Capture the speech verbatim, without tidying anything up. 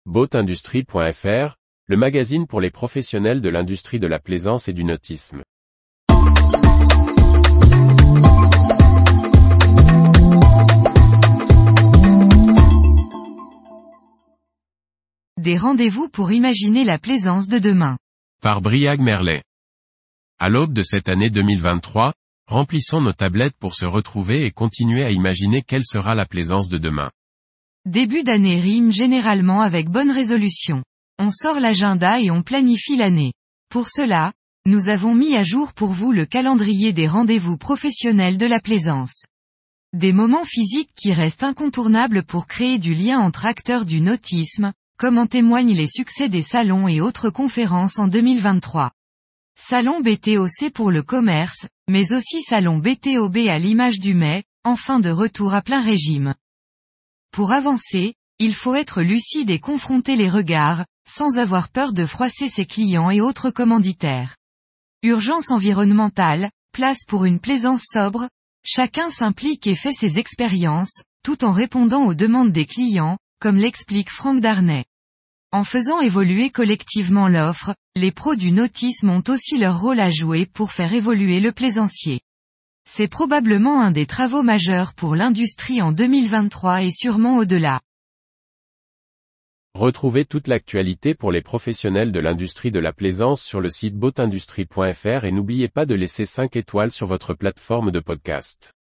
boatindustrie point f r, le magazine pour les professionnels de l'industrie de la plaisance et du nautisme. Des rendez-vous pour imaginer la plaisance de demain. Par Briag Merlet. À l'aube de cette année deux mille vingt-trois, remplissons nos tablettes pour se retrouver et continuer à imaginer quelle sera la plaisance de demain. Début d'année rime généralement avec bonne résolution. On sort l'agenda et on planifie l'année. Pour cela, nous avons mis à jour pour vous le calendrier des rendez-vous professionnels de la plaisance. Des moments physiques qui restent incontournables pour créer du lien entre acteurs du nautisme, comme en témoignent les succès des salons et autres conférences en deux mille vingt-trois. Salon B T O C pour le commerce, mais aussi salon B T O B à l'image du mai, enfin de retour à plein régime. Pour avancer, il faut être lucide et confronter les regards, sans avoir peur de froisser ses clients et autres commanditaires. Urgence environnementale, place pour une plaisance sobre, chacun s'implique et fait ses expériences, tout en répondant aux demandes des clients, comme l'explique Franck Darnay. En faisant évoluer collectivement l'offre, les pros du nautisme ont aussi leur rôle à jouer pour faire évoluer le plaisancier. C'est probablement un des travaux majeurs pour l'industrie en deux mille vingt-trois et sûrement au-delà. Retrouvez toute l'actualité pour les professionnels de l'industrie de la plaisance sur le site boatindustrie point f r et n'oubliez pas de laisser cinq étoiles sur votre plateforme de podcast.